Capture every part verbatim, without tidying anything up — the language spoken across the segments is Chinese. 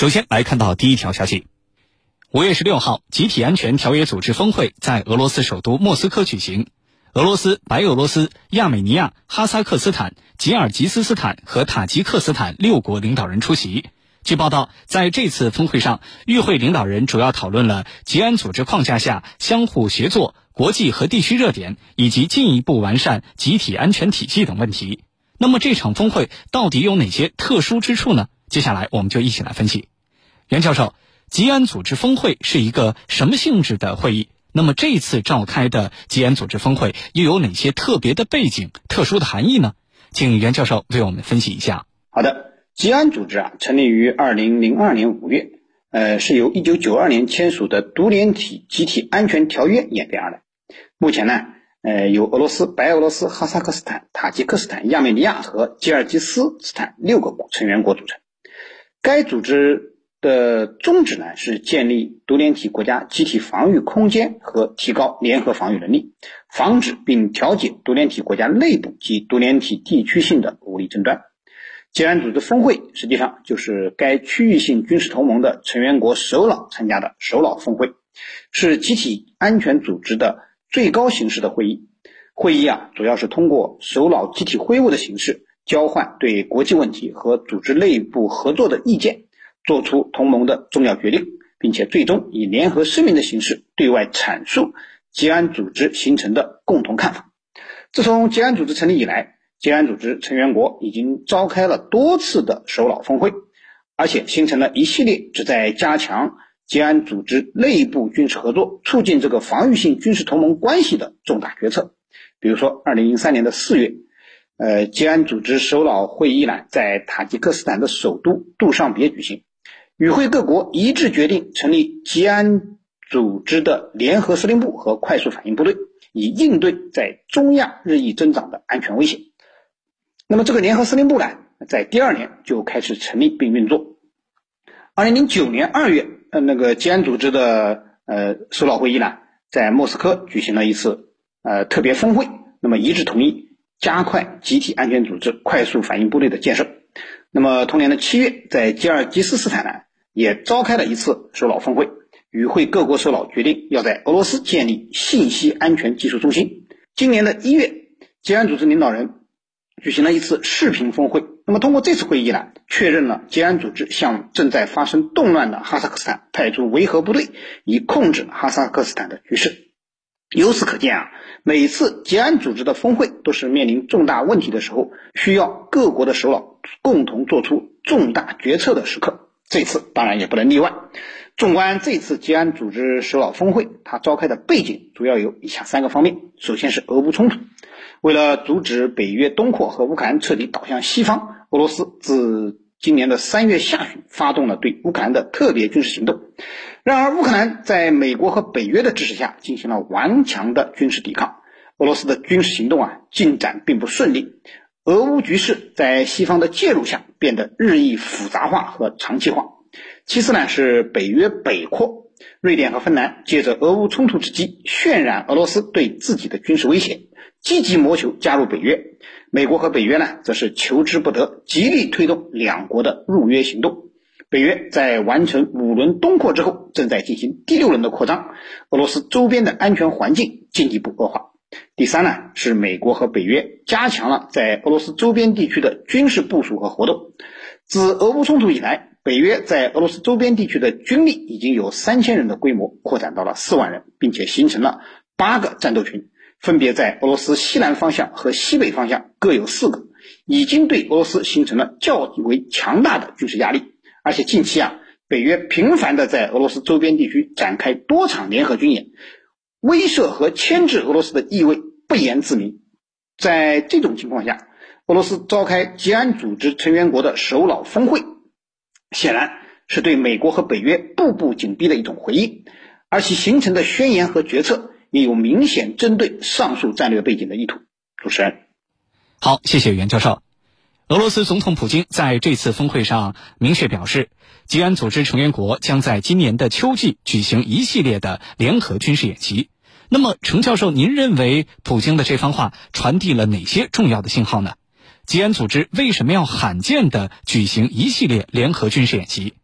首先来看到第一条消息，五月十六号，集体安全条约组织峰会在俄罗斯首都莫斯科举行。俄罗斯、白俄罗斯、亚美尼亚、哈萨克斯坦、吉尔吉斯斯坦和塔吉克斯坦六国领导人出席。据报道，在这次峰会上，与会领导人主要讨论了吉安组织框架下相互协作、国际和地区热点以及进一步完善集体安全体系等问题。那么这场峰会到底有哪些特殊之处呢？接下来我们就一起来分析。袁教授，吉安组织峰会是一个什么性质的会议？那么这次召开的吉安组织峰会又有哪些特别的背景、特殊的含义呢？请袁教授为我们分析一下。 好的，吉安组织啊，成立于二零零二年五月，呃，是由一九九二年签署的独联体集体安全条约演变而来。目前呢，呃，由俄罗斯、白俄罗斯、哈萨克斯坦、塔吉克斯坦、亚美尼亚和吉尔吉斯斯坦六个成员国组成。该组织的宗旨呢是建立独联体国家集体防御空间和提高联合防御能力，防止并调解独联体国家内部及独联体地区性的武力争端。吉安组织峰会实际上就是该区域性军事同盟的成员国首脑参加的首脑峰会，是集体安全组织的最高形式的会议。会议啊，主要是通过首脑集体会晤的形式，交换对国际问题和组织内部合作的意见，做出同盟的重要决定，并且最终以联合声明的形式对外阐述吉安组织形成的共同看法。自从吉安组织成立以来，吉安组织成员国已经召开了多次的首脑峰会，而且形成了一系列旨在加强吉安组织内部军事合作、促进这个防御性军事同盟关系的重大决策。比如说二零零三年的四月，呃，吉安组织首脑会议呢在塔吉克斯坦的首都杜尚别举行，与会各国一致决定成立吉安组织的联合司令部和快速反应部队，以应对在中亚日益增长的安全威胁。那么这个联合司令部呢，在第二年就开始成立并运作。二零零九年二月，呃，那个吉安组织的呃首脑会议呢，在莫斯科举行了一次呃特别峰会，那么一致同意加快集体安全组织快速反应部队的建设。那么同年的七月，在吉尔吉斯斯坦呢，也召开了一次首脑峰会，与会各国首脑决定要在俄罗斯建立信息安全技术中心。今年的一月，吉安组织领导人举行了一次视频峰会，那么通过这次会议呢，确认了吉安组织向正在发生动乱的哈萨克斯坦派出维和部队，以控制哈萨克斯坦的局势。由此可见啊，每次吉安组织的峰会都是面临重大问题的时候，需要各国的首脑共同做出重大决策的时刻，这次当然也不能例外。纵观这次吉安组织首脑峰会，它召开的背景主要有以下三个方面。首先是俄乌冲突，为了阻止北约东扩和乌克兰彻底倒向西方，俄罗斯自今年的三月下旬发动了对乌克兰的特别军事行动。然而乌克兰在美国和北约的支持下进行了顽强的军事抵抗，俄罗斯的军事行动啊进展并不顺利，俄乌局势在西方的介入下变得日益复杂化和长期化。其次呢是北约北扩，瑞典和芬兰借着俄乌冲突之机渲染俄罗斯对自己的军事威胁，积极谋求加入北约。美国和北约呢则是求之不得，极力推动两国的入约行动。北约在完成五轮东扩之后，正在进行第六轮的扩张，俄罗斯周边的安全环境进一步恶化。第三呢是美国和北约加强了在俄罗斯周边地区的军事部署和活动。自俄乌冲突以来，北约在俄罗斯周边地区的军力已经由三千人的规模扩展到了四万人，并且形成了八个战斗群，分别在俄罗斯西南方向和西北方向各有四个，已经对俄罗斯形成了较为强大的军事压力。而且近期啊，北约频繁地在俄罗斯周边地区展开多场联合军演，威慑和牵制俄罗斯的意味不言自明。在这种情况下，俄罗斯召开吉安组织成员国的首脑峰会，显然是对美国和北约步步紧逼的一种回应，而其形成的宣言和决策也有明显针对上述战略背景的意图。主持人， 好，谢谢袁教授。俄罗斯总统普京在这次峰会上明确表示，吉安组织成员国将在今年的秋季举行一系列的联合军事演习。那么程教授，您认为普京的这番话传递了哪些重要的信号呢？吉安组织为什么要罕见地举行一系列联合军事演习？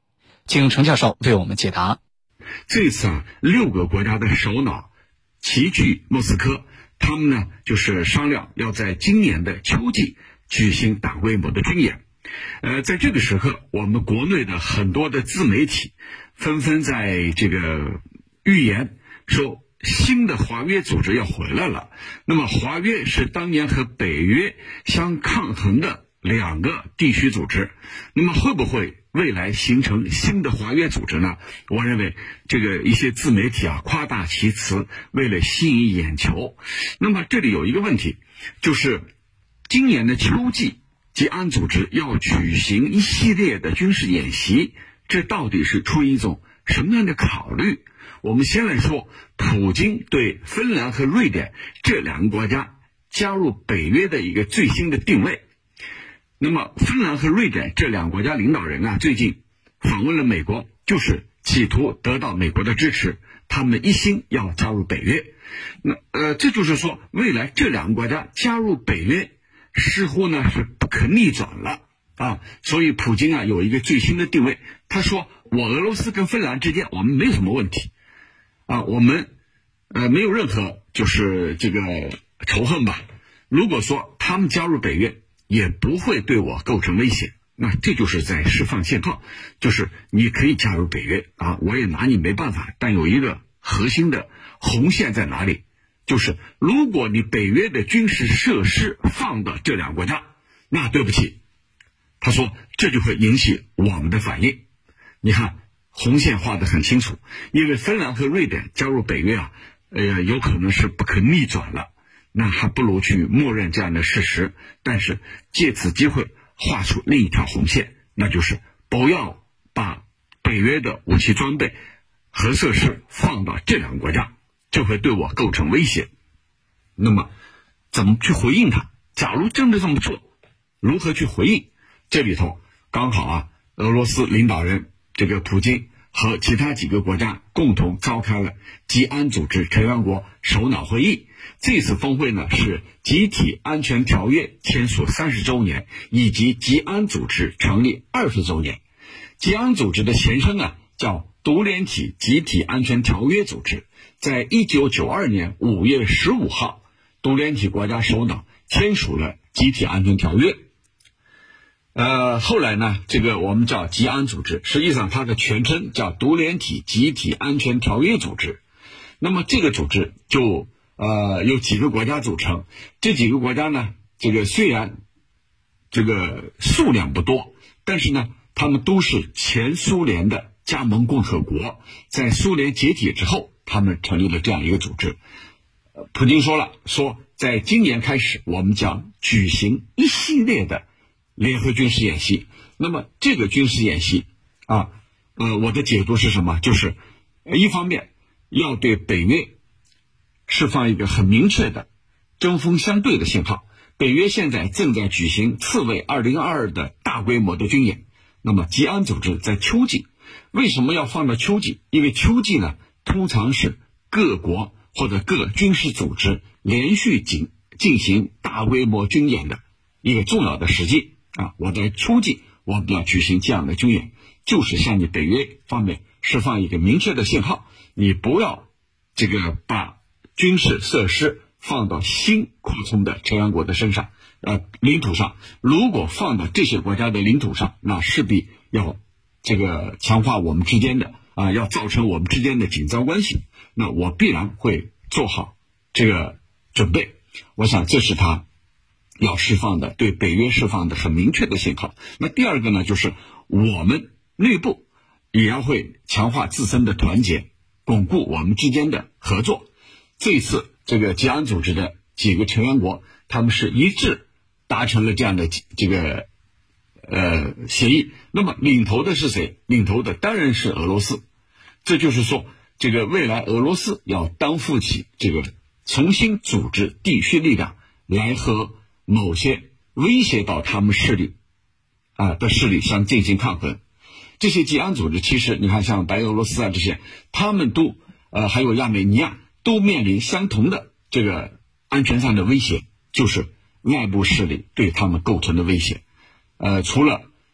请程教授为我们解答。 这次啊，六个国家的首脑齐聚莫斯科，他们呢就是商量要在今年的秋季举行大规模的军演。呃，在这个时刻，我们国内的很多的自媒体纷纷在这个预言说，新的华约组织要回来了。那么华约是当年和北约相抗衡的两个地区组织，那么会不会未来形成新的华约组织呢？我认为这个一些自媒体啊夸大其词，为了吸引眼球。那么这里有一个问题，就是今年的秋季吉安组织要举行一系列的军事演习，这到底是出于一种什么样的考虑？我们先来说普京对芬兰和瑞典这两个国家加入北约的一个最新的定位。那么芬兰和瑞典这两个国家领导人啊，最近访问了美国，就是企图得到美国的支持，他们一心要加入北约。那呃，这就是说，未来这两个国家加入北约，似乎呢是不可逆转了啊。所以普京啊有一个最新的定位，他说：我俄罗斯跟芬兰之间我们没有什么问题啊，我们呃没有任何就是这个仇恨吧。如果说他们加入北约，也不会对我构成威胁，那这就是在释放信号，就是你可以加入北约啊，我也拿你没办法。但有一个核心的红线在哪里？就是如果你北约的军事设施放到这两个国家，那对不起，他说这就会引起我们的反应。你看红线画得很清楚，因为芬兰和瑞典加入北约啊，呃，有可能是不可逆转了。那还不如去默认这样的事实，但是借此机会画出另一条红线，那就是不要把北约的武器装备和设施放到这两个国家，就会对我构成威胁。那么怎么去回应它？假如真的这么做，如何去回应？这里头刚好啊，俄罗斯领导人这个普京和其他几个国家共同召开了吉安组织成员国首脑会议。这次峰会呢是集体安全条约签署三十周年，以及吉安组织成立二十周年。吉安组织的前身呢叫独联体集体安全条约组织，在一九九二年五月十五号，独联体国家首脑签署了集体安全条约。呃，后来呢，这个我们叫吉安组织，实际上它的全称叫独联体集体安全条约组织。那么这个组织就呃有几个国家组成，这几个国家呢，这个虽然这个数量不多，但是呢，他们都是前苏联的加盟共和国，在苏联解体之后，他们成立了这样一个组织。呃，普京说了，说在今年开始，我们将举行一系列的联合军事演习。那么这个军事演习啊，呃，我的解读是什么？就是一方面要对北约释放一个很明确的针锋相对的信号。北约现在正在举行刺猬二零二二的大规模的军演，那么吉安组织在秋季，为什么要放到秋季？因为秋季呢，通常是各国或者各军事组织连续进进行大规模军演的一个重要的时机啊。我在秋季我们要举行这样的军演，就是向你北约方面释放一个明确的信号，你不要这个把军事设施放到新扩充的成员国的身上，呃，领土上。如果放到这些国家的领土上，那势必要这个强化我们之间的啊，要造成我们之间的紧张关系。那我必然会做好这个准备。我想这是他要释放的，对北约释放的很明确的信号。那第二个呢，就是我们内部也要会强化自身的团结，巩固我们之间的合作。这一次这个吉安组织的几个成员国，他们是一致达成了这样的这个呃协议。那么领头的是谁？领头的当然是俄罗斯。这就是说，这个未来俄罗斯要担负起这个重新组织地区力量，来和某些威胁到他们势力啊的势力相进行抗衡。这些吉安组织其实你看，像白俄罗斯啊这些，他们都呃还有亚美尼亚都面临相同的这个安全上的威胁，就是外部势力对他们构成的威胁。呃，除了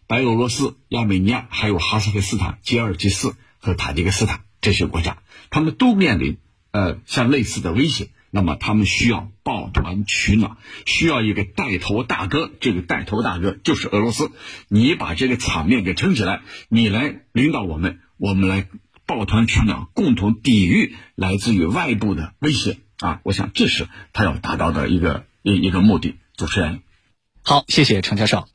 白俄罗斯、亚美尼亚，还有哈萨克斯坦、吉尔吉斯和塔吉克斯坦这些国家，他们都面临呃像类似的威胁。那么他们需要抱团取暖，需要一个带头大哥，这个带头大哥就是俄罗斯。你把这个场面给撑起来，你来领导我们，我们来抱团取暖，共同抵御来自于外部的威胁啊！我想这是他要达到的一个一一个目的。主持人， 好，谢谢程教授。